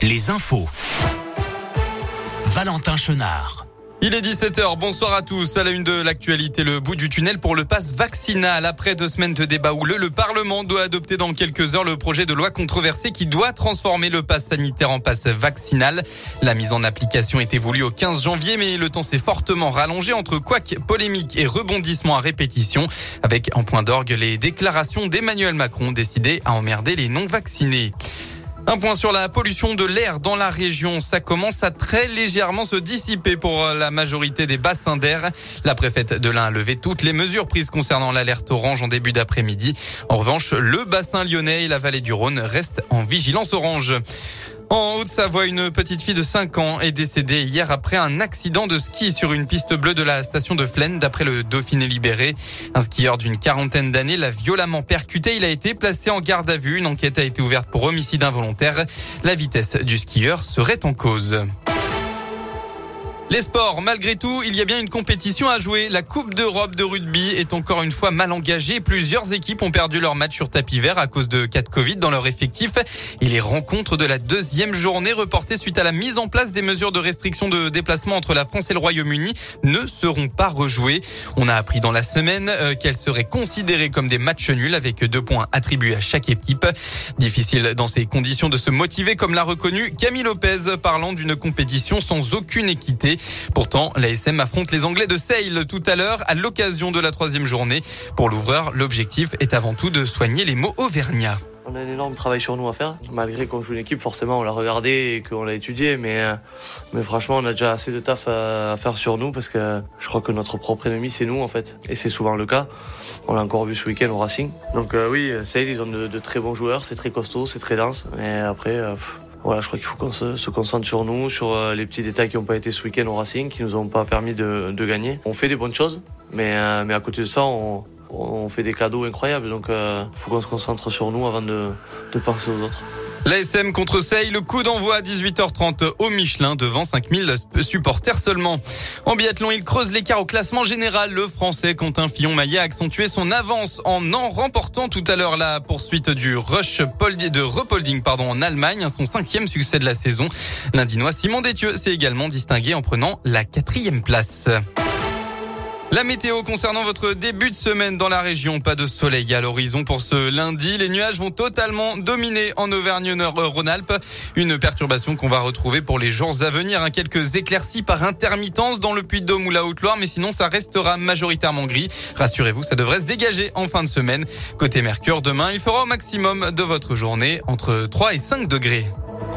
les infos. Valentin Chenard. Il est 17h, bonsoir à tous. À la une de l'actualité, le bout du tunnel pour le pass vaccinal. Après 2 semaines de débat houleux, le Parlement doit adopter dans quelques heures le projet de loi controversé qui doit transformer le pass sanitaire en pass vaccinal. La mise en application était voulue au 15 janvier, mais le temps s'est fortement rallongé entre couacs, polémiques et rebondissements à répétition. Avec en point d'orgue les déclarations d'Emmanuel Macron décidé à emmerder les non-vaccinés. Un point sur la pollution de l'air dans la région. Ça commence à très légèrement se dissiper pour la majorité des bassins d'air. La préfète de l'Ain a levé toutes les mesures prises concernant l'alerte orange en début d'après-midi. En revanche, le bassin lyonnais et la vallée du Rhône restent en vigilance orange. En Haute-Savoie, une petite fille de 5 ans est décédée hier après un accident de ski sur une piste bleue de la station de Flaine, d'après le Dauphiné libéré. Un skieur d'une quarantaine d'années l'a violemment percuté. Il a été placé en garde à vue. Une enquête a été ouverte pour homicide involontaire. La vitesse du skieur serait en cause. Les sports, malgré tout, il y a bien une compétition à jouer. La Coupe d'Europe de rugby est encore une fois mal engagée. Plusieurs équipes ont perdu leur match sur tapis vert à cause de cas de Covid dans leur effectif. Et les rencontres de la 2e journée reportées suite à la mise en place des mesures de restriction de déplacement entre la France et le Royaume-Uni ne seront pas rejouées. On a appris dans la semaine qu'elles seraient considérées comme des matchs nuls avec 2 points attribués à chaque équipe. Difficile dans ces conditions de se motiver, comme l'a reconnu Camille Lopez, parlant d'une compétition sans aucune équité. Pourtant, l'ASM affronte les Anglais de Sale tout à l'heure à l'occasion de la 3e journée. Pour l'ouvreur, l'objectif est avant tout de soigner les mots auvergnats. On a un énorme travail sur nous à faire. Malgré qu'on joue une équipe, forcément, on l'a regardé et qu'on l'a étudié. Mais franchement, on a déjà assez de taf à faire sur nous parce que je crois que notre propre ennemi, c'est nous, en fait. Et c'est souvent le cas. On l'a encore vu ce week-end au Racing. Donc oui, Sale, ils ont de très bons joueurs. C'est très costaud, c'est très dense. Mais après... Voilà, je crois qu'il faut qu'on se concentre sur nous, sur les petits détails qui n'ont pas été ce week-end au Racing, qui nous ont pas permis de gagner. On fait des bonnes choses, mais à côté de ça, on fait des cadeaux incroyables. Donc, faut qu'on se concentre sur nous avant de penser aux autres. L'ASM contre Sale, le coup d'envoi à 18h30 au Michelin devant 5000 supporters seulement. En biathlon, il creuse l'écart au classement général. Le Français Quentin Fillon-Maillet a accentué son avance en remportant tout à l'heure la poursuite du repolding en Allemagne, son 5e succès de la saison. L'Indinois Simon Détieux s'est également distingué en prenant la 4e place. La météo concernant votre début de semaine dans la région. Pas de soleil à l'horizon pour ce lundi. Les nuages vont totalement dominer en Auvergne-Rhône-Alpes. Une perturbation qu'on va retrouver pour les jours à venir. Quelques éclaircies par intermittence dans le Puy-de-Dôme ou la Haute-Loire. Mais sinon, ça restera majoritairement gris. Rassurez-vous, ça devrait se dégager en fin de semaine. Côté Mercure, demain, il fera au maximum de votre journée entre 3 et 5 degrés.